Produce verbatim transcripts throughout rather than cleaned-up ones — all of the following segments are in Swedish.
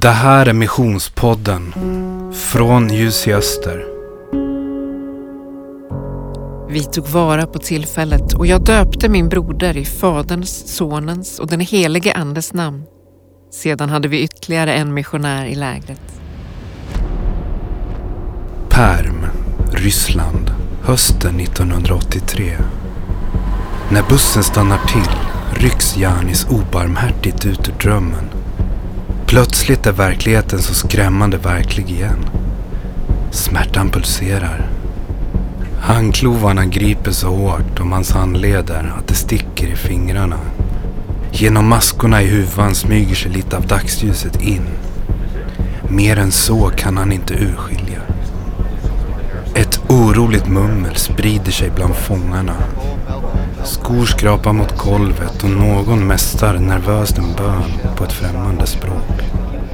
Det här är Missionspodden från Ljus i Öster. Vi tog vara på tillfället och jag döpte min broder i Faderns, Sonens och den helige Andes namn. Sedan hade vi ytterligare en missionär i lägret. Perm, Ryssland, hösten nittonhundraåttiotre. När bussen stannar till rycks Janis obarmhärtigt ut ur drömmen. Plötsligt är verkligheten så skrämmande verklig igen. Smärtan pulserar. Handklovarna griper så hårt om hans handleder att det sticker i fingrarna. Genom maskorna i huvan smyger sig lite av dagsljuset in. Mer än så kan han inte urskilja. Ett oroligt mummel sprider sig bland fångarna. Skor skrapar mot golvet och någon mästar nervöst en bön på ett främmande språk.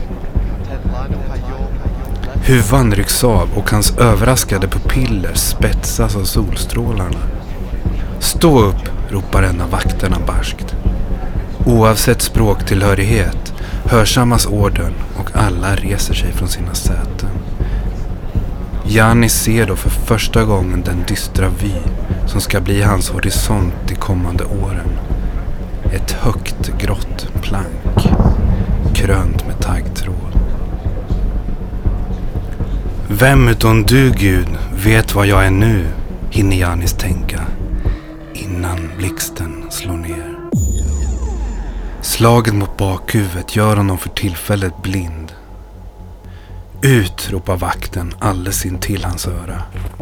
Huvan rycks av och hans överraskade pupiller spetsas av solstrålarna. Stå upp, ropar en av vakterna barskt. Oavsett språktillhörighet hörsammas orden och alla reser sig från sina säten. Janis ser då för första gången den dystra vy som ska bli hans horisont de kommande åren. Ett högt grått plank, krönt med taggtråd. Vem utom du, Gud, vet vad jag är nu, hinner Janis tänka, innan blixten slår ner. Slaget mot bakhuvudet gör honom för tillfället blind. Ut, ropar vakten alldeles in till hans öra.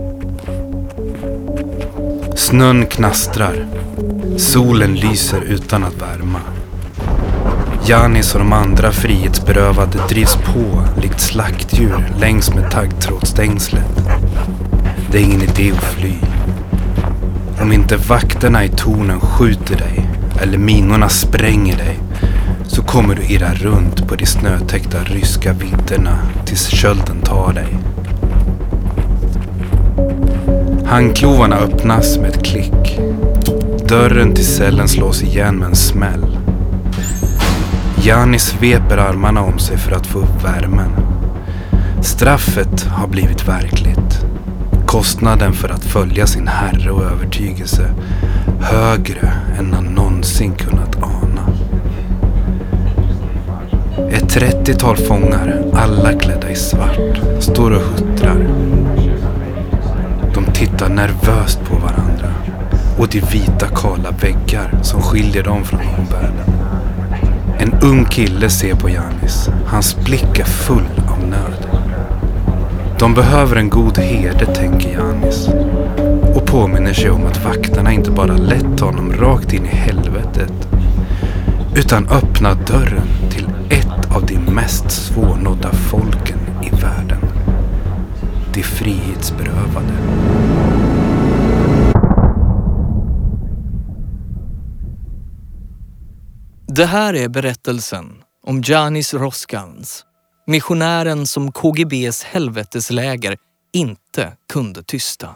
Snön knastrar. Solen lyser utan att värma. Janis och de andra frihetsberövade drivs på likt slaktdjur längs med taggtrådstängslet. Det är ingen idé att fly. Om inte vakterna i tornen skjuter dig eller minorna spränger dig, så kommer du irra runt på de snötäckta ryska vidderna tills kölden tar dig. Handklovarna öppnas med ett klick. Dörren till cellen slås igen med en smäll. Janis sveper armarna om sig för att få upp värmen. Straffet har blivit verkligt. Kostnaden för att följa sin herre och övertygelse högre än han någonsin kunnat ana. Ett trettiotal fångar, alla klädda i svart, står och huttrar. De tittar nervöst på varandra och de vita kala väggar som skiljer dem från omvärlden. En ung kille ser på Janis. Hans blick är full av nöd. De behöver en god herde, tänker Janis. Och påminner sig om att vakterna inte bara lett honom rakt in i helvetet, utan öppnat dörren till ett av de mest svårnådda folken i världen. De frihetsberövade. Det här är berättelsen om Janis Roskalns, missionären som K G B:s helvetesläger inte kunde tysta.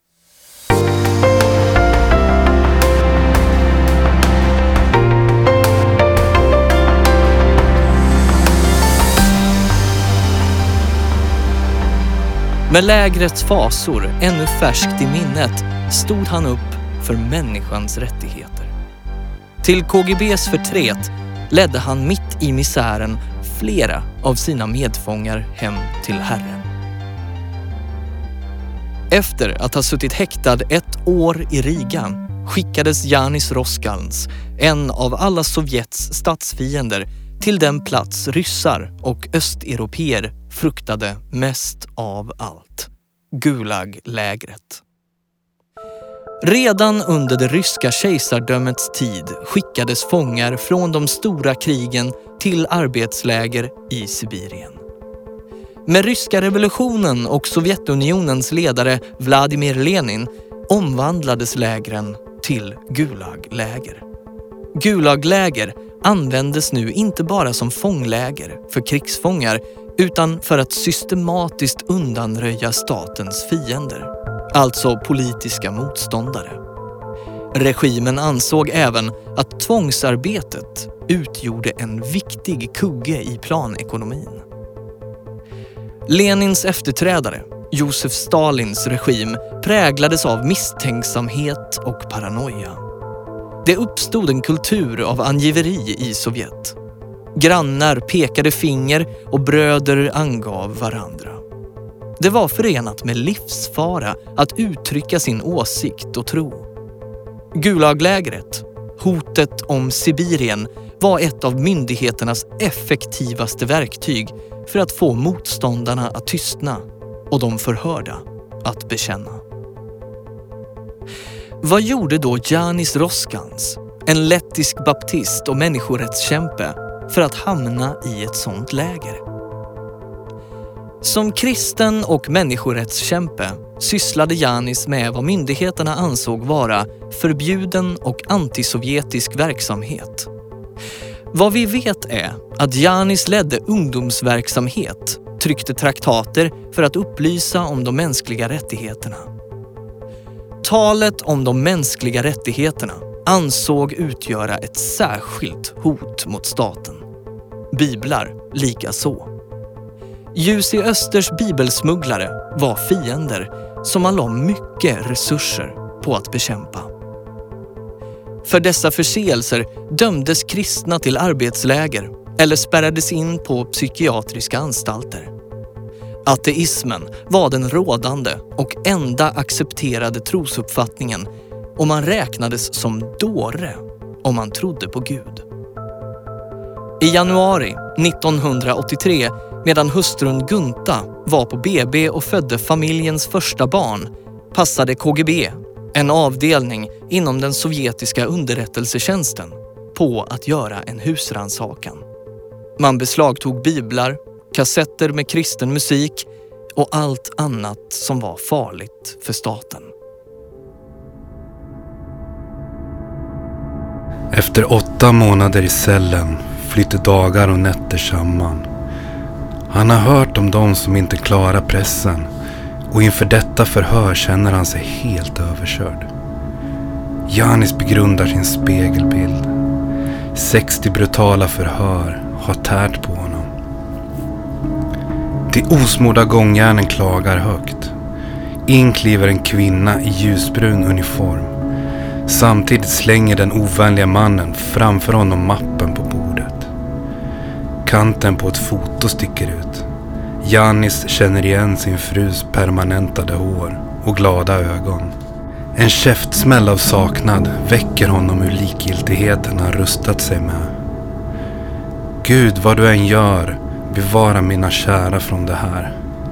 Med lägrets fasor ännu färskt i minnet stod han upp för människans rättigheter. Till K G B:s förtret ledde han mitt i misären flera av sina medfångar hem till Herren. Efter att ha suttit häktad ett år i Riga skickades Janis Roskalns, en av alla Sovjets statsfiender, till den plats ryssar och östeuropeer fruktade mest av allt: Gulaglägret. Redan under det ryska kejsardömets tid skickades fångar från de stora krigen till arbetsläger i Sibirien. Med ryska revolutionen och Sovjetunionens ledare Vladimir Lenin omvandlades lägren till Gulagläger. Gulagläger användes nu inte bara som fångläger för krigsfångar, utan för att systematiskt undanröja statens fiender, alltså politiska motståndare. Regimen ansåg även att tvångsarbetet utgjorde en viktig kugge i planekonomin. Lenins efterträdare, Josef Stalins regim, präglades av misstänksamhet och paranoia. Det uppstod en kultur av angiveri i Sovjet. Grannar pekade finger och bröder angav varandra. Det var förenat med livsfara att uttrycka sin åsikt och tro. Gulaglägret, hotet om Sibirien, var ett av myndigheternas effektivaste verktyg för att få motståndarna att tystna och de förhörda att bekänna. Vad gjorde då Jānis Roskans, en lettisk baptist och människorättskämpe, för att hamna i ett sånt läger? Som kristen och människorättskämpe sysslade Jānis med vad myndigheterna ansåg vara förbjuden och antisovjetisk verksamhet. Vad vi vet är att Jānis ledde ungdomsverksamhet, tryckte traktater för att upplysa om de mänskliga rättigheterna. Talet om de mänskliga rättigheterna ansåg utgöra ett särskilt hot mot staten. Biblar lika så. Ljus i östers bibelsmugglare var fiender som man la mycket resurser på att bekämpa. För dessa förseelser dömdes kristna till arbetsläger eller spärrades in på psykiatriska anstalter. Ateismen var den rådande och enda accepterade trosuppfattningen och man räknades som dåre om man trodde på Gud. I januari nittonhundraåttiotre, medan hustrun Gunta var på B B och födde familjens första barn, passade K G B, en avdelning inom den sovjetiska underrättelsetjänsten, på att göra en husrannsakan. Man beslagtog biblar, kassetter med kristen musik och allt annat som var farligt för staten. Efter åtta månader i cellen flyter dagar och nätter samman. Han har hört om de som inte klarar pressen och inför detta förhör känner han sig helt överkörd. Jānis begrundar sin spegelbild. sextio brutala förhör har tärt på honom. De osmorda gångjärnen klagar högt. In kliver en kvinna i ljusbrun uniform. Samtidigt slänger den ovänliga mannen framför honom mappen på bordet. Kanten på ett foto sticker ut. Jānis känner igen sin frus permanentade hår och glada ögon. En käftsmäll av saknad väcker honom ur likgiltigheten han rustat sig med. Gud, vad du än gör, bevara mina kära från det här.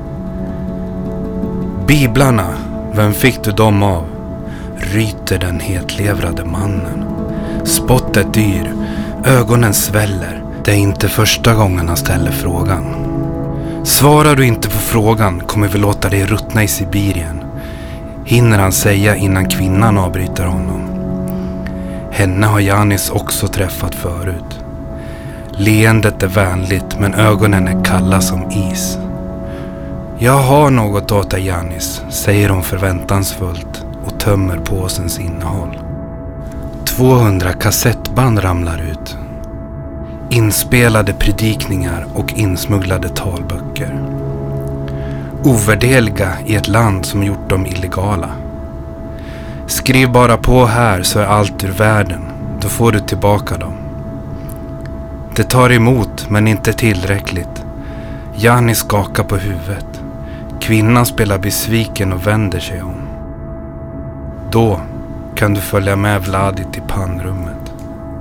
Biblarna, vem fick du dem av? Ryter den hetlevrade mannen. Spottet dyr, ögonen sväller. Det är inte första gången han ställer frågan. Svarar du inte på frågan kommer vi låta dig ruttna i Sibirien. Hinner han säga innan kvinnan avbryter honom. Henne har Jānis också träffat förut. Leendet är vänligt men ögonen är kalla som is. Jag har något åt dig, Jānis, säger hon förväntansfullt och tömmer påsens innehåll. tvåhundra kassettband ramlar ut. Inspelade predikningar och insmugglade talböcker. Ovärderliga i ett land som gjort dem illegala. Skriv bara på här så är allt ur världen. Då får du tillbaka dem. Det tar emot men inte tillräckligt. Jānis skakar på huvudet. Kvinnan spelar besviken och vänder sig om. Då kan du följa med Vladi till pannrummet.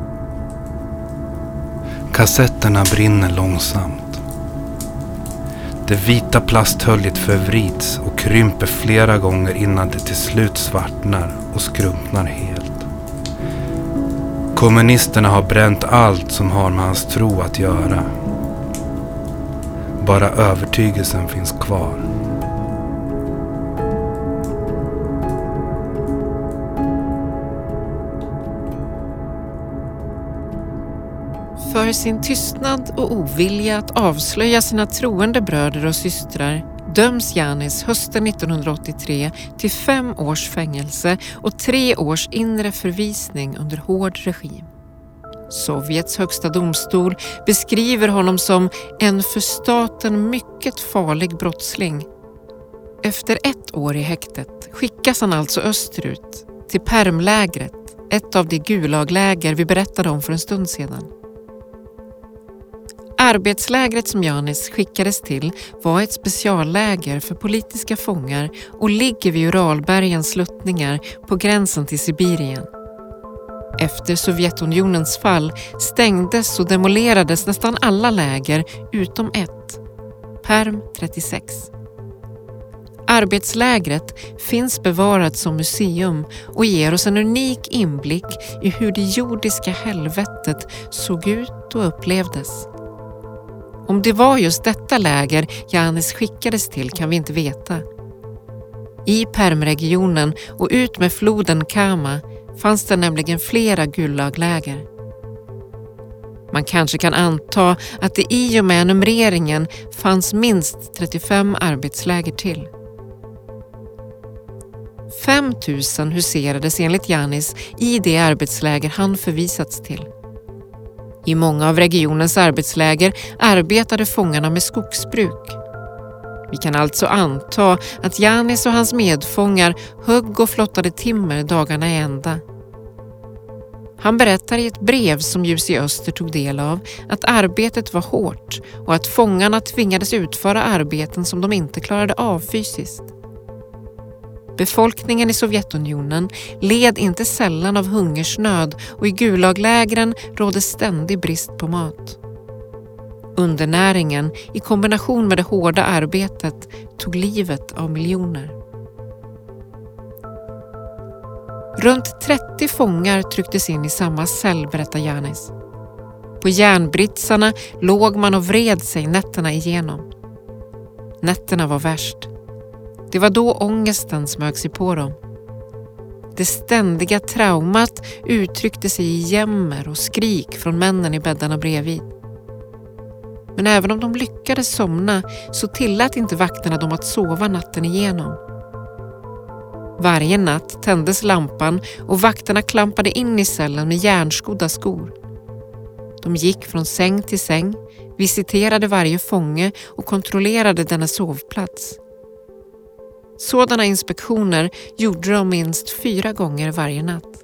Kassetterna brinner långsamt. Det vita plasthöljet förvrids och krymper flera gånger innan det till slut svartnar och skrumpnar helt. Kommunisterna har bränt allt som har med hans tro att göra. Bara övertygelsen finns kvar. För sin tystnad och ovilja att avslöja sina troende bröder och systrar döms Janis hösten nittonhundraåttiotre till fem års fängelse och tre års inre förvisning under hård regim. Sovjets högsta domstol beskriver honom som en för staten mycket farlig brottsling. Efter ett år i häktet skickas han alltså österut till Permlägret, ett av de gulagläger vi berättade om för en stund sedan. Arbetslägret som Janis skickades till var ett specialläger för politiska fångar och ligger vid Uralbergens sluttningar på gränsen till Sibirien. Efter Sovjetunionens fall stängdes och demolerades nästan alla läger utom ett, Perm trettiosex. Arbetslägret finns bevarat som museum och ger oss en unik inblick i hur det jordiska helvetet såg ut och upplevdes. Om det var just detta läger Janis skickades till kan vi inte veta. I Permregionen och ut med floden Kama fanns det nämligen flera gulagläger. Man kanske kan anta att det i och med numreringen fanns minst trettiofem arbetsläger till. fem tusen huserades enligt Janis i det arbetsläger han förvisats till. I många av regionens arbetsläger arbetade fångarna med skogsbruk. Vi kan alltså anta att Janis och hans medfångar högg och flottade timmer dagarna i ända. Han berättar i ett brev som Ljus i öster tog del av att arbetet var hårt och att fångarna tvingades utföra arbeten som de inte klarade av fysiskt. Befolkningen i Sovjetunionen led inte sällan av hungersnöd och i gulaglägren rådde ständig brist på mat. Undernäringen i kombination med det hårda arbetet tog livet av miljoner. Runt trettio fångar trycktes in i samma cell, berättar Janis. På järnbritsarna låg man och vred sig nätterna igenom. Nätterna var värst. Det var då ångesten smög sig på dem. Det ständiga traumat uttryckte sig i jämmer och skrik från männen i bäddarna bredvid. Men även om de lyckades somna så tillät inte vakterna dem att sova natten igenom. Varje natt tändes lampan och vakterna klampade in i cellen med järnskodda skor. De gick från säng till säng, visiterade varje fånge och kontrollerade dennes sovplats. Sådana inspektioner gjorde de minst fyra gånger varje natt.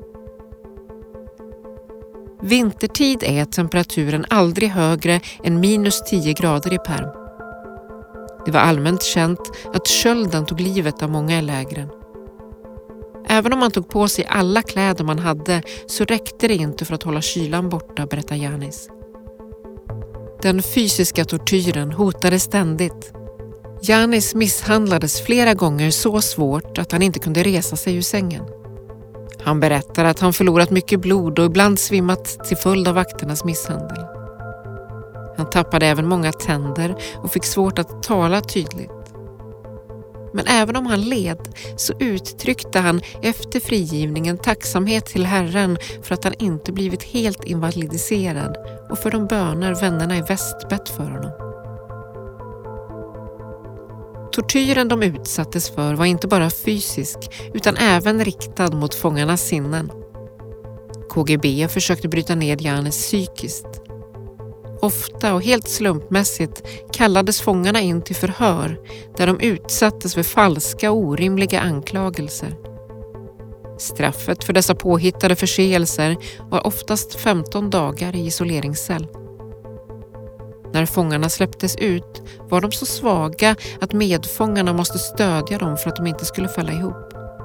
Vintertid är temperaturen aldrig högre än minus tio grader i Perm. Det var allmänt känt att kölden tog livet av många i lägren. Även om man tog på sig alla kläder man hade så räckte det inte för att hålla kylan borta, berättar Janis. Den fysiska tortyren hotade ständigt. Janis misshandlades flera gånger så svårt att han inte kunde resa sig ur sängen. Han berättar att han förlorat mycket blod och ibland svimmat till följd av vakternas misshandel. Han tappade även många tänder och fick svårt att tala tydligt. Men även om han led så uttryckte han efter frigivningen tacksamhet till Herren för att han inte blivit helt invalidiserad och för de böner vännerna i väst bett för honom. Tortyren de utsattes för var inte bara fysisk utan även riktad mot fångarnas sinnen. K G B försökte bryta ner Janis psykiskt. Ofta och helt slumpmässigt kallades fångarna in till förhör där de utsattes för falska och orimliga anklagelser. Straffet för dessa påhittade förseelser var oftast femton dagar i isoleringscell. När fångarna släpptes ut var de så svaga att medfångarna måste stödja dem för att de inte skulle falla ihop.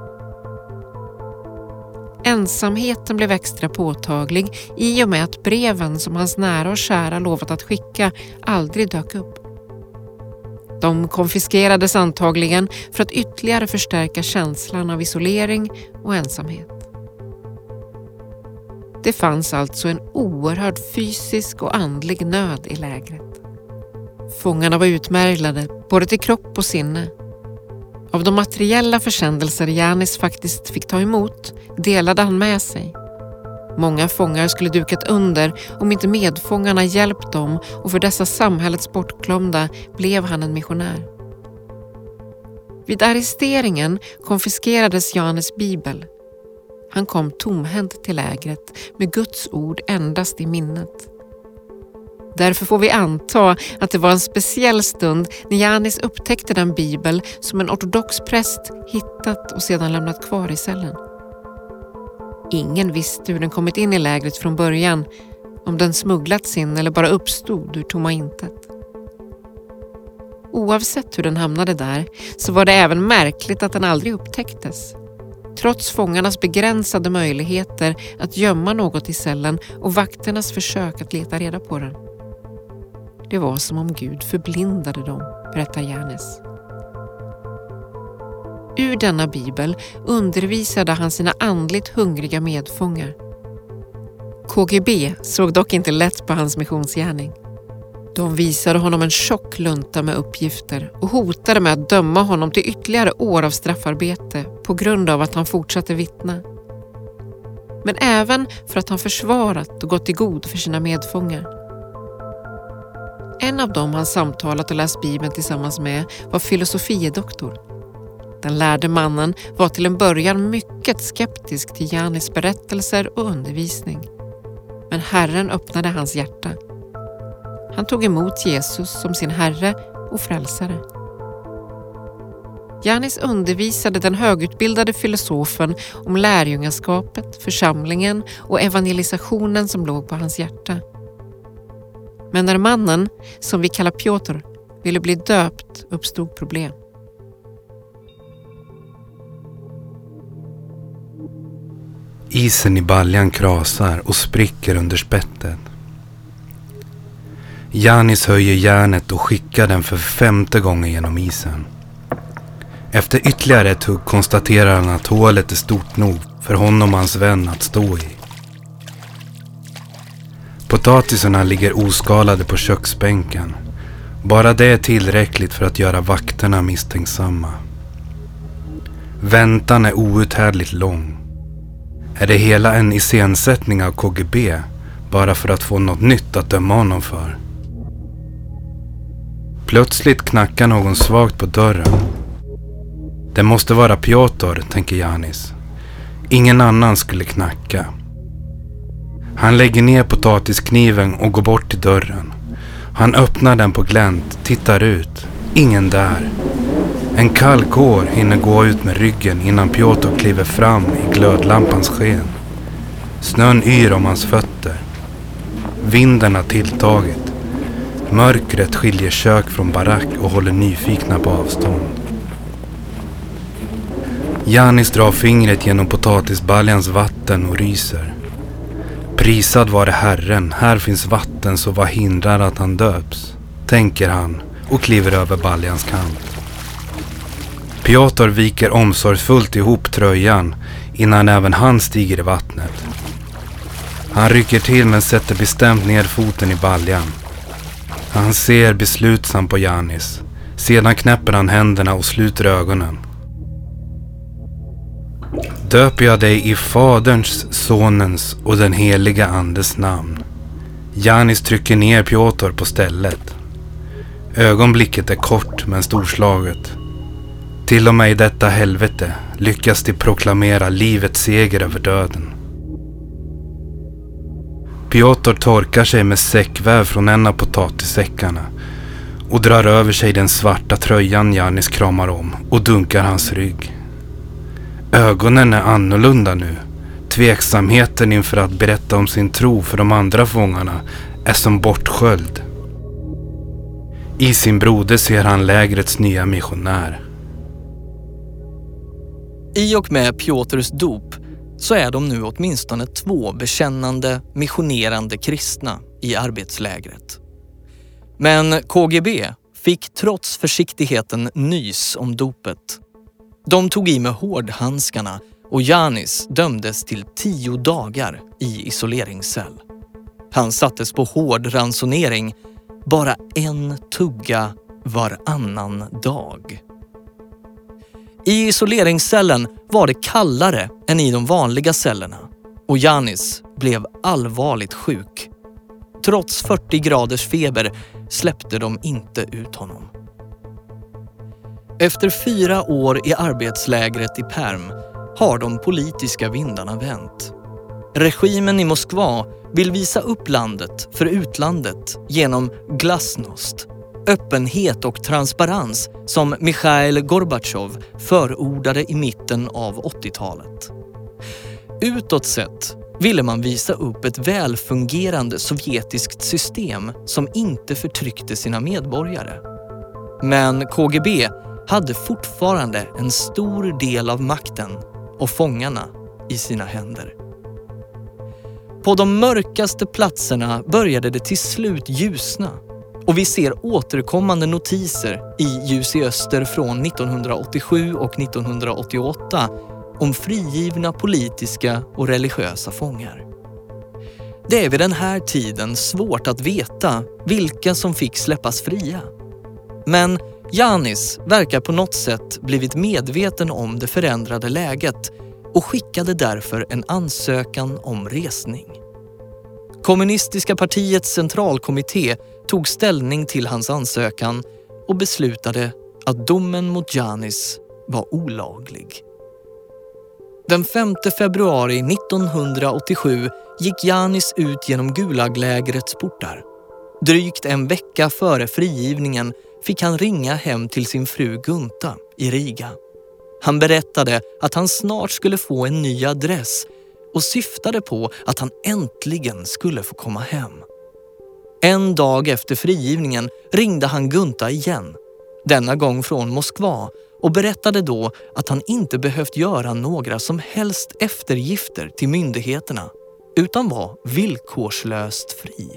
Ensamheten blev extra påtaglig i och med att breven som hans nära och kära lovat att skicka aldrig dök upp. De konfiskerades antagligen för att ytterligare förstärka känslan av isolering och ensamhet. Det fanns alltså en oerhörd fysisk och andlig nöd i lägret. Fångarna var utmärglade både till kropp och sinne. Av de materiella försändelser Janis faktiskt fick ta emot delade han med sig. Många fångar skulle dukat under om inte medfångarna hjälpt dem och för dessa samhällets bortglömda blev han en missionär. Vid arresteringen konfiskerades Janis bibel. Han kom tomhänt till lägret med Guds ord endast i minnet. Därför får vi anta att det var en speciell stund när Janis upptäckte den bibel som en ortodox präst hittat och sedan lämnat kvar i cellen. Ingen visste hur den kommit in i lägret från början, om den smugglats in eller bara uppstod ur tomma intet. Oavsett hur den hamnade där så var det även märkligt att den aldrig upptäcktes. Trots fångarnas begränsade möjligheter att gömma något i cellen och vakternas försök att leta reda på den. Det var som om Gud förblindade dem, berättar Janis. Ur denna bibel undervisade han sina andligt hungriga medfångar. K G B såg dock inte lätt på hans missionsgärning. De visade honom en tjock lunta med uppgifter och hotade med att döma honom till ytterligare år av straffarbete på grund av att han fortsatte vittna. Men även för att han försvarat och gått i god för sina medfångar. En av dem han samtalat och läst Bibeln tillsammans med var filosofiedoktor. Den lärde mannen var till en början mycket skeptisk till Janis berättelser och undervisning. Men Herren öppnade hans hjärta. Han tog emot Jesus som sin herre och frälsare. Janis undervisade den högutbildade filosofen om lärjungaskapet, församlingen och evangelisationen som låg på hans hjärta. Men när mannen, som vi kallar Piotr, ville bli döpt uppstod problem. Isen i baljan krasar och spricker under spettet. Janis höjer järnet och skickar den för femte gången genom isen. Efter ytterligare ett hugg konstaterar han att hålet är stort nog för honom och hans vän att stå i. Potatisarna ligger oskalade på köksbänken. Bara det är tillräckligt för att göra vakterna misstänksamma. Väntan är outhärdligt lång. Är det hela en iscensättning av K G B bara för att få något nytt att döma honom för? Plötsligt knackar någon svagt på dörren. Det måste vara Piotr, tänker Janis. Ingen annan skulle knacka. Han lägger ner potatiskniven och går bort till dörren. Han öppnar den på glänt, tittar ut. Ingen där. En kall kår hinner gå ut med ryggen innan Piotr kliver fram i glödlampans sken. Snön yr om hans fötter. Vinden har tilltagit. Mörkret skiljer kök från barack och håller nyfikna på avstånd. Janis drar fingret genom potatisbaljans vatten och ryser. Prisad var det Herren, här finns vatten, så vad hindrar att han döps, tänker han och kliver över baljans kant. Piotr viker omsorgsfullt ihop tröjan innan även han stiger i vattnet. Han rycker till men sätter bestämt ner foten i baljan. Han ser beslutsam på Janis. Sedan knäpper han händerna och sluter ögonen. Döper jag dig i Faderns, Sonens och den heliga Andes namn. Janis trycker ner Piotr på stället. Ögonblicket är kort men storslaget. Till och med i detta helvete lyckas de proklamera livets seger över döden. Piotr torkar sig med säckväv från en av potatissäckarna och drar över sig den svarta tröjan Janis kramar om och dunkar hans rygg. Ögonen är annorlunda nu. Tveksamheten inför att berätta om sin tro för de andra fångarna är som bortsköld. I sin broder ser han lägrets nya missionär. I och med Piotrs dop så är de nu åtminstone två bekännande, missionerande kristna i arbetslägret. Men K G B fick trots försiktigheten nys om dopet. De tog i med hårdhandskarna och Janis dömdes till tio dagar i isoleringscell. Han sattes på hård ransonering, bara en tugga varannan dag. I isoleringscellen var det kallare än i de vanliga cellerna och Janis blev allvarligt sjuk. Trots fyrtio graders feber släppte de inte ut honom. Efter fyra år i arbetslägret i Perm har de politiska vindarna vänt. Regimen i Moskva vill visa upp landet för utlandet genom glasnost, öppenhet och transparens som Mikhail Gorbatjov förordade i mitten av åttiotalet. Utåt sett ville man visa upp ett välfungerande sovjetiskt system som inte förtryckte sina medborgare. Men K G B hade fortfarande en stor del av makten och fångarna i sina händer. På de mörkaste platserna började det till slut ljusna och vi ser återkommande notiser i Ljus i öster från nittonhundraåttiosju och nittonhundraåttioåtta om frigivna politiska och religiösa fångar. Det är vid den här tiden svårt att veta vilka som fick släppas fria. Men Janis verkar på något sätt blivit medveten om det förändrade läget och skickade därför en ansökan om resning. Kommunistiska partiets centralkommitté tog ställning till hans ansökan och beslutade att domen mot Janis var olaglig. Den femte februari nittonhundraåttiosju gick Janis ut genom Gulaglägrets portar. Drygt en vecka före frigivningen fick han ringa hem till sin fru Gunta i Riga. Han berättade att han snart skulle få en ny adress och syftade på att han äntligen skulle få komma hem. En dag efter frigivningen ringde han Gunta igen, denna gång från Moskva, och berättade då att han inte behövt göra några som helst eftergifter till myndigheterna utan var villkorslöst fri.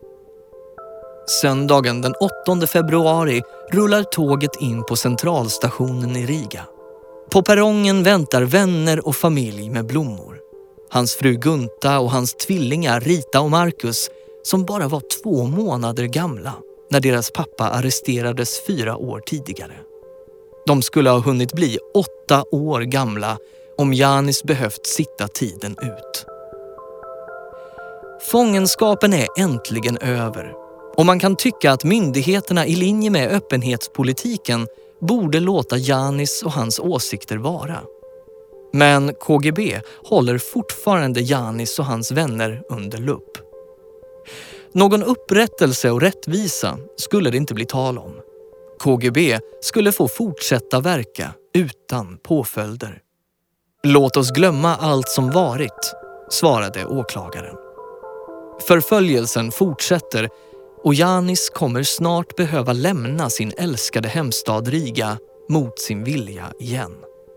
Söndagen den åttonde februari rullar tåget in på centralstationen i Riga. På perrongen väntar vänner och familj med blommor. Hans fru Gunta och hans tvillingar Rita och Marcus, som bara var två månader gamla när deras pappa arresterades fyra år tidigare. De skulle ha hunnit bli åtta år gamla om Janis behövt sitta tiden ut. Fångenskapen är äntligen över och man kan tycka att myndigheterna i linje med öppenhetspolitiken borde låta Janis och hans åsikter vara. Men K G B håller fortfarande Janis och hans vänner under lupp. Någon upprättelse och rättvisa skulle det inte bli tal om. K G B skulle få fortsätta verka utan påföljder. Låt oss glömma allt som varit, svarade åklagaren. Förföljelsen fortsätter och Janis kommer snart behöva lämna sin älskade hemstad Riga mot sin vilja igen.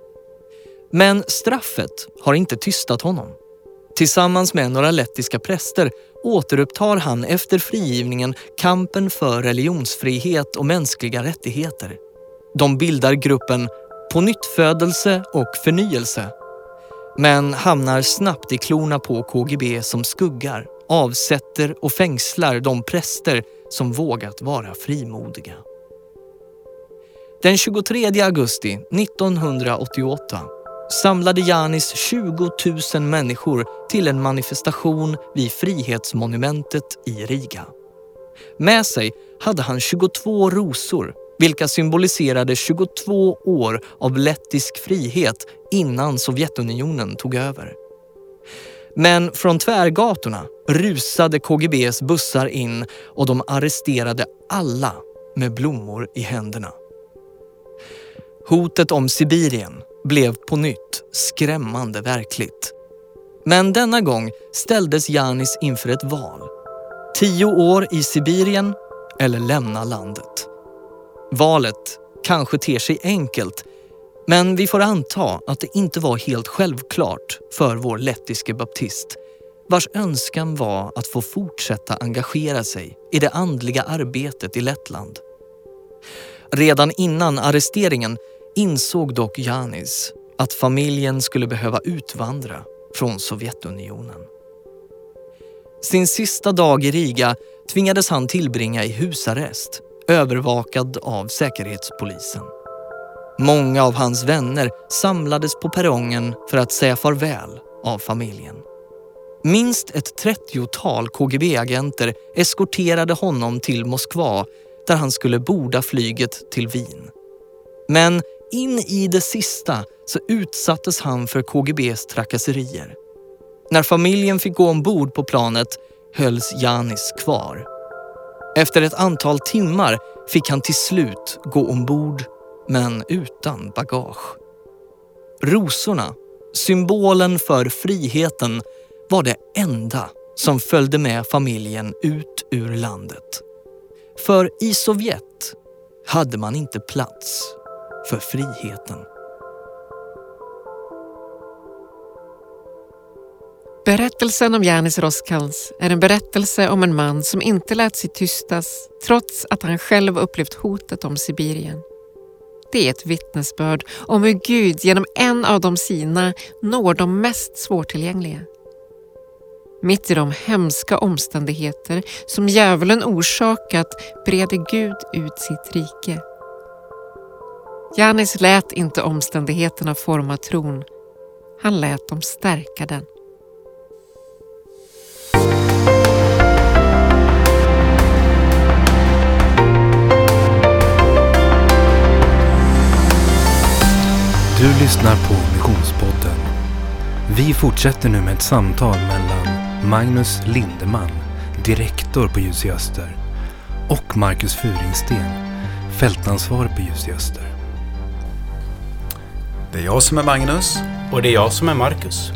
Men straffet har inte tystat honom. Tillsammans med några lettiska präster återupptar han efter frigivningen kampen för religionsfrihet och mänskliga rättigheter. De bildar gruppen Pånyttfödelse och förnyelse, men hamnar snabbt i klorna på K G B som skuggar, avsätter och fängslar de präster som vågat vara frimodiga. Den tjugotredje augusti nittonhundraåttioåtta samlade Janis tjugo tusen människor till en manifestation vid Frihetsmonumentet i Riga. Med sig hade han tjugotvå rosor, vilka symboliserade tjugotvå år av lettisk frihet innan Sovjetunionen tog över. Men från tvärgatorna rusade K G B:s bussar in och de arresterade alla med blommor i händerna. Hotet om Sibirien blev på nytt skrämmande verkligt. Men denna gång ställdes Janis inför ett val. Tio år i Sibirien eller lämna landet. Valet kanske ter sig enkelt, men vi får anta att det inte var helt självklart för vår lettiske baptist, vars önskan var att få fortsätta engagera sig i det andliga arbetet i Lettland. Redan innan arresteringen insåg dock Janis att familjen skulle behöva utvandra från Sovjetunionen. Sin sista dag i Riga tvingades han tillbringa i husarrest, övervakad av säkerhetspolisen. Många av hans vänner samlades på perrongen för att säga farväl av familjen. Minst ett trettiotal K G B-agenter eskorterade honom till Moskva där han skulle borda flyget till Wien. Men in i det sista så utsattes han för K G B:s trakasserier. När familjen fick gå ombord på planet hölls Janis kvar. Efter ett antal timmar fick han till slut gå ombord, men utan bagage. Rosorna, symbolen för friheten, var det enda som följde med familjen ut ur landet. För i Sovjet hade man inte plats för friheten. Berättelsen om Janis Roskals är en berättelse om en man som inte lät sig tystas trots att han själv upplevt hotet om Sibirien. Det är ett vittnesbörd om hur Gud genom en av de sina når de mest svårtillgängliga. Mitt i de hemska omständigheter som djävulen orsakat breder Gud ut sitt rike. Janis lät inte omständigheterna forma tron. Han lät dem stärka den. Du lyssnar på Missionspodden. Vi fortsätter nu med ett samtal mellan Magnus Lindeman, direktor på Ljus i Öster, och Marcus Furingsten, fältansvarig på Ljus i Öster. Det är jag som är Magnus. Och det är jag som är Marcus.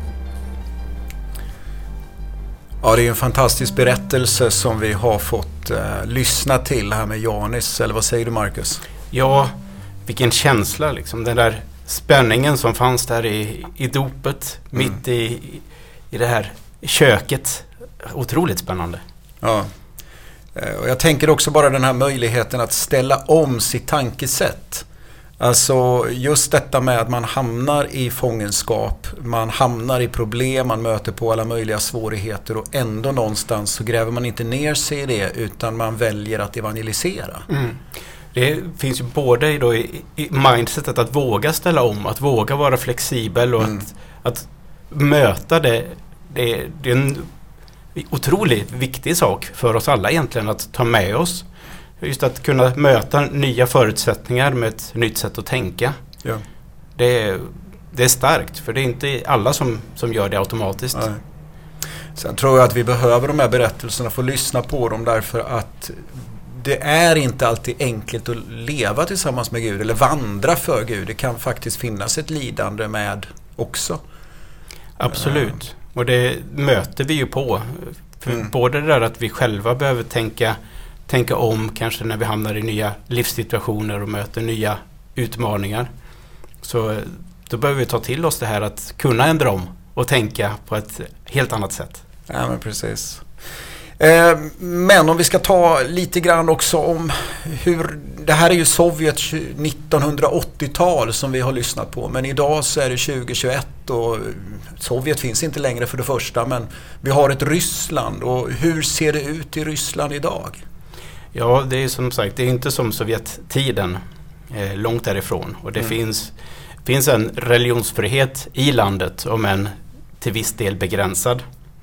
Ja, det är en fantastisk berättelse som vi har fått eh, lyssna till här med Janis. Eller vad säger du, Marcus? Ja, vilken känsla liksom. Den där spänningen som fanns där i, i dopet, mm. mitt i, i det här köket. Otroligt spännande. Ja, och jag tänker också bara den här möjligheten att ställa om sitt tankesätt. Alltså just detta med att man hamnar i fångenskap, man hamnar i problem, man möter på alla möjliga svårigheter och ändå någonstans så gräver man inte ner sig i det utan man väljer att evangelisera. Mm. Det finns ju både då i, i mindsetet att våga ställa om, att våga vara flexibel och mm. att, att möta det. Det, det är en otroligt viktig sak för oss alla egentligen att ta med oss. Just att kunna möta nya förutsättningar med ett nytt sätt att tänka. Ja. Det, är, det är starkt, för det är inte alla som, som gör det automatiskt. Nej. Sen tror jag att vi behöver de här berättelserna, få lyssna på dem, därför att det är inte alltid enkelt att leva tillsammans med Gud eller vandra för Gud. Det kan faktiskt finnas ett lidande med också. Absolut. Och det möter vi ju på. För mm. både det där att vi själva behöver tänka, tänka om kanske när vi hamnar i nya livssituationer och möter nya utmaningar. Så då behöver vi ta till oss det här att kunna ändra om och tänka på ett helt annat sätt. Ja, men precis. Men om vi ska ta lite grann också om hur, det här är ju Sovjet nittonhundraåttiotal som vi har lyssnat på, men idag så är det tjugo tjugoett och Sovjet finns inte längre för det första, men vi har ett Ryssland, och hur ser det ut i Ryssland idag? Ja, det är som sagt, det är inte som Sovjettiden, eh, långt därifrån, och det mm. finns, finns en religionsfrihet i landet, om än till viss del begränsad.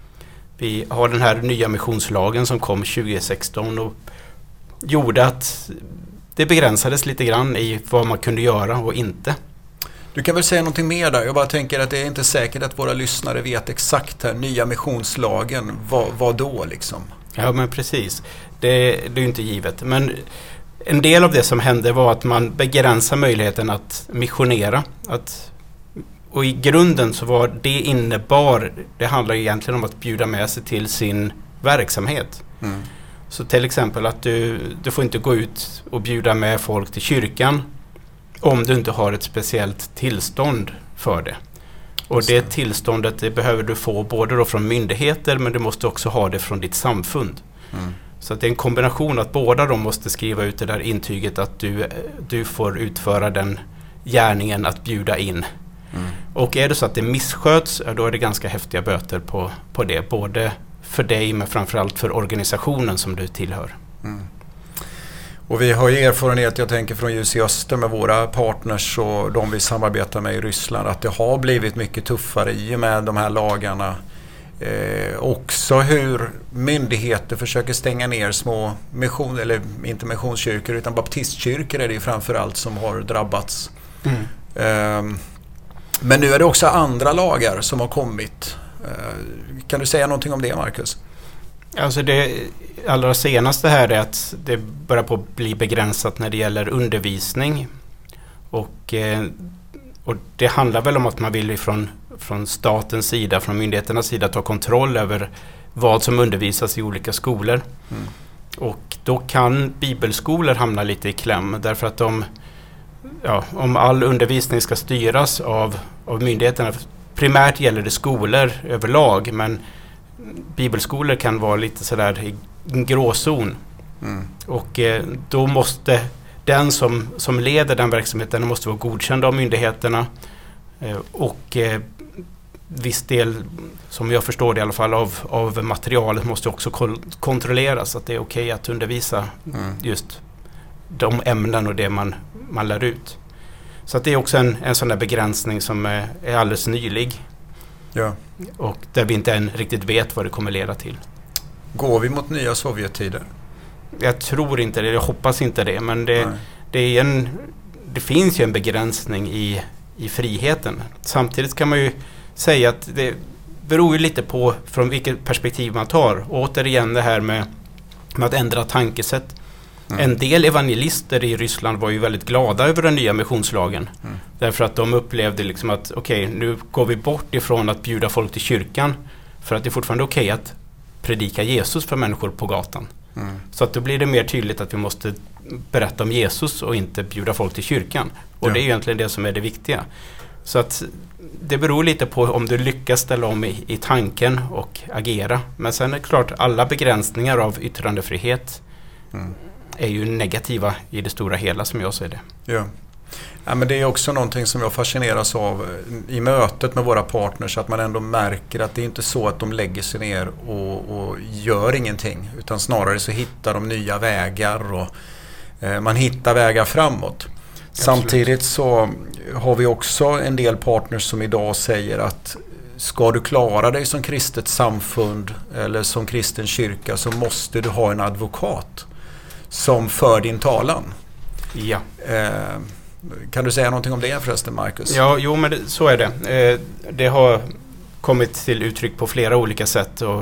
Vi har den här nya missionslagen som kom tjugo sexton och gjorde att det begränsades lite grann i vad man kunde göra och inte. Du kan väl säga någonting mer där? Jag bara tänker att det är inte säkert att våra lyssnare vet exakt här, nya missionslagen, vad, vad då liksom? Ja, men precis. Det, det är ju inte givet. Men en del av det som hände var att man begränsade möjligheten att missionera. Att Och i grunden så var det innebar, det handlar egentligen om att bjuda med sig till sin verksamhet. Mm. Så till exempel att du, du får inte gå ut och bjuda med folk till kyrkan om du inte har ett speciellt tillstånd för det. Och det tillståndet det behöver du få både då från myndigheter, men du måste också ha det från ditt samfund. Mm. Så att det är en kombination att båda de måste skriva ut det där intyget att du, du får utföra den gärningen att bjuda in. Mm. Och är det så att det missköts, då är det ganska häftiga böter på, på det. Både för dig, men framförallt för organisationen som du tillhör. Mm. Och vi har ju erfarenhet, jag tänker från Ljus i Öster med våra partners och de vi samarbetar med i Ryssland, att det har blivit mycket tuffare i och med de här lagarna. Eh, också hur myndigheter försöker stänga ner små mission, eller inte missionskyrkor utan baptistkyrkor är det ju framförallt som har drabbats. Mm. Eh, men nu är det också andra lagar som har kommit. Eh, kan du säga någonting om det, Marcus? Alltså det allra senaste här är att det börjar på att bli begränsat när det gäller undervisning. Och, eh, och det handlar väl om att man vill från, från statens sida, från myndigheternas sida ta kontroll över vad som undervisas i olika skolor. Mm. Och då kan bibelskolor hamna lite i kläm därför att de, ja, om all undervisning ska styras av, av myndigheterna, primärt gäller det skolor överlag, men bibelskolor kan vara lite sådär i en gråzon. Mm. Och eh, då måste den som, som leder den verksamheten måste vara godkänd av myndigheterna eh, och eh, viss del, som jag förstår det i alla fall, av, av materialet måste också kol- kontrolleras att det är okej att undervisa mm. just de ämnen och det man, man lär ut. Så att det är också en, en sån där begränsning som är, är alldeles nylig. Ja. Och där vi inte än riktigt vet vad det kommer leda till. Går vi mot nya Sovjettider? Jag tror inte det, jag hoppas inte det. Men det, det, är en, det finns ju en begränsning i, i friheten. Samtidigt kan man ju säga att det beror ju lite på från vilket perspektiv man tar. Och återigen det här med, med att ändra tankesätt. Mm. En del evangelister i Ryssland var ju väldigt glada över den nya missionslagen. Mm. Därför att de upplevde liksom att okej, okay, nu går vi bort ifrån att bjuda folk till kyrkan för att det är fortfarande okej okay att predika Jesus för människor på gatan. Mm. Så att då blir det mer tydligt att vi måste berätta om Jesus och inte bjuda folk till kyrkan. Och ja. Det är egentligen det som är det viktiga. Så att det beror lite på om du lyckas ställa om i, i tanken och agera. Men sen är det klart, alla begränsningar av yttrandefrihet mm. är ju negativa i det stora hela som jag ser det. Ja. Ja, men det är också någonting som jag fascineras av i mötet med våra partners, att man ändå märker att det är inte så att de lägger sig ner och, och gör ingenting, utan snarare så hittar de nya vägar och eh, man hittar vägar framåt. Absolut. Samtidigt så har vi också en del partners som idag säger att ska du klara dig som kristet samfund eller som kristen kyrka så måste du ha en advokat som för din talan. Ja. Eh, kan du säga någonting om det förresten, Marcus? Ja, jo men det, så är det. Eh, det har kommit till uttryck på flera olika sätt och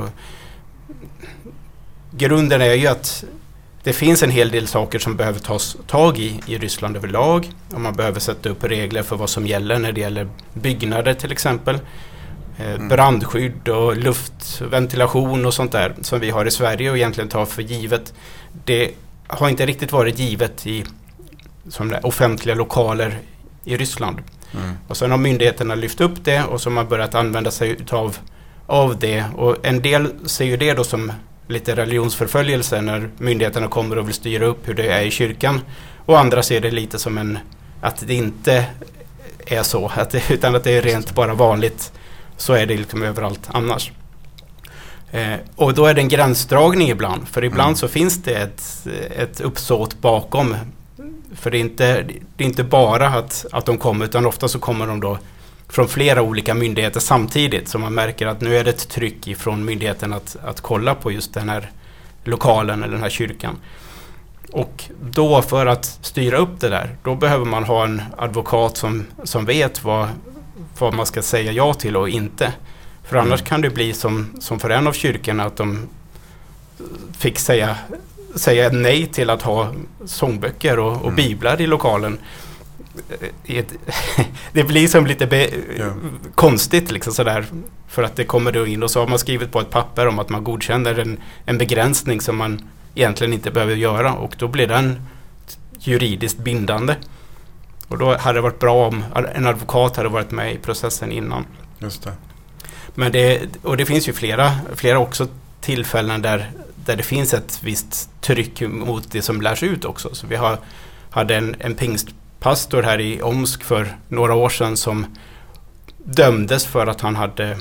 grunden är ju att det finns en hel del saker som behöver tas tag i i Ryssland överlag. Och man behöver sätta upp regler för vad som gäller när det gäller byggnader till exempel. Eh, mm. Brandskydd och luftventilation och sånt där som vi har i Sverige och egentligen tar för givet. Det har inte riktigt varit givet i som där, offentliga lokaler i Ryssland. Mm. Och sen har myndigheterna lyft upp det och så har man börjat använda sig utav, av det. Och en del ser ju det då som lite religionsförföljelse när myndigheterna kommer och vill styra upp hur det är i kyrkan. Och andra ser det lite som en, att det inte är så, att det, utan att det är rent bara vanligt. Så är det liksom överallt annars. Eh, och då är det en gränsdragning ibland. För ibland mm. så finns det ett, ett uppsåt bakom. För det är inte, det är inte bara att, att de kommer, utan ofta så kommer de då från flera olika myndigheter samtidigt. Så man märker att nu är det ett tryck ifrån myndigheten att, att kolla på just den här lokalen eller den här kyrkan. Och då för att styra upp det där, då behöver man ha en advokat som, som vet vad, vad man ska säga ja till och inte. För annars mm. kan det bli som, som för en av kyrkorna att de fick säga, säga nej till att ha sångböcker och, och mm. biblar i lokalen. Det blir som lite be- yeah. konstigt liksom sådär, för att det kommer då in och så har man skrivit på ett papper om att man godkänner en, en begränsning som man egentligen inte behöver göra och då blir den juridiskt bindande. Och då hade det varit bra om en advokat hade varit med i processen innan. Just det. Men det, och det finns ju flera, flera också tillfällen där, där det finns ett visst tryck mot det som lärs ut också. Så vi har, hade en, en pingstpastor här i Omsk för några år sedan som dömdes för att han hade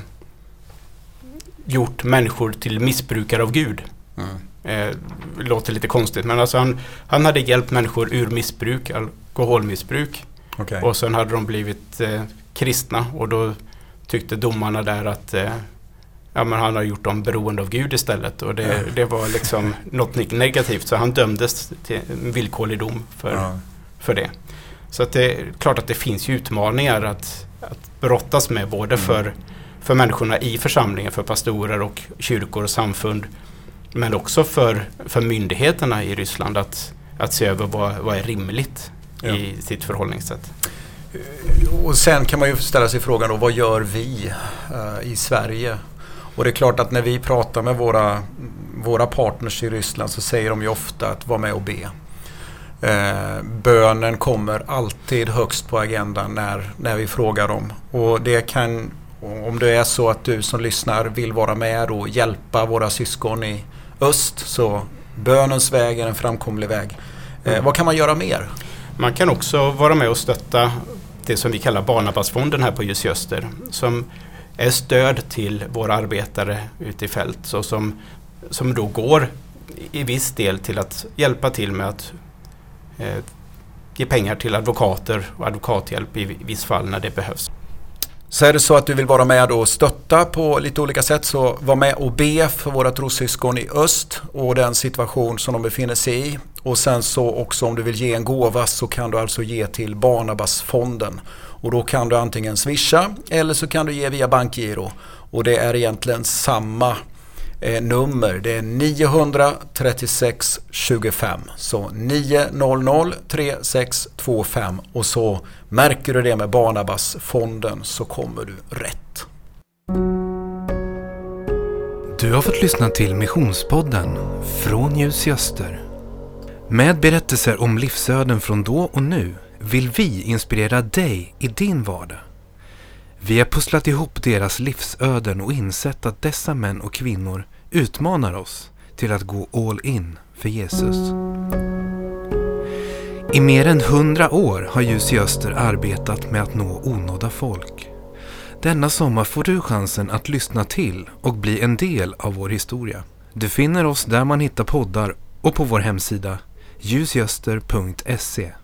gjort människor till missbrukare av Gud. Mm. Eh, låter lite konstigt, men alltså han, han hade hjälpt människor ur missbruk, alkoholmissbruk. Okay. Och sen hade de blivit eh, kristna och då tyckte domarna där att eh, ja, men han har gjort dem beroende av Gud istället. Och det, ja. det var liksom något negativt. Så han dömdes till en villkorlig dom för, ja. för det. Så att det är klart att det finns ju utmaningar att, att brottas med både mm. för, för människorna i församlingen, för pastorer och kyrkor och samfund. Men också för, för myndigheterna i Ryssland att, att se över vad, vad är rimligt ja. i sitt förhållningssätt. Och sen kan man ju ställa sig frågan då, vad gör vi uh, i Sverige? Och det är klart att när vi pratar med våra, våra partners i Ryssland så säger de ju ofta att vara med och be. Uh, bönen kommer alltid högst på agendan när, när vi frågar dem. Och det kan, om det är så att du som lyssnar vill vara med och hjälpa våra syskon i öst, så bönens väg är en framkomlig väg. Uh, vad kan man göra mer? Man kan också vara med och stötta det som vi kallar Barnabasfonden här på Ljus i Öster, som är stöd till våra arbetare ute i fält, så som, som då går i viss del till att hjälpa till med att eh, ge pengar till advokater och advokathjälp i viss fall när det behövs. Så är det så att du vill vara med och stötta på lite olika sätt, så var med och be för våra trossyskon i öst och den situation som de befinner sig i. Och sen så också om du vill ge en gåva så kan du alltså ge till Barnabasfonden. Och då kan du antingen swisha eller så kan du ge via bankgiro. Och det är egentligen samma eh, nummer. Det är nio tre sex två fem. Så nio noll noll tre sex två fem. Och så märker du det med Barnabasfonden så kommer du rätt. Du har fått lyssna till Missionspodden från Ljus i Öster. Med berättelser om livsöden från då och nu vill vi inspirera dig i din vardag. Vi har pusslat ihop deras livsöden och insett att dessa män och kvinnor utmanar oss till att gå all in för Jesus. I mer än hundra år har Ljus i Öster arbetat med att nå onådda folk. Denna sommar får du chansen att lyssna till och bli en del av vår historia. Du finner oss där man hittar poddar och på vår hemsida ljusjöster punkt se.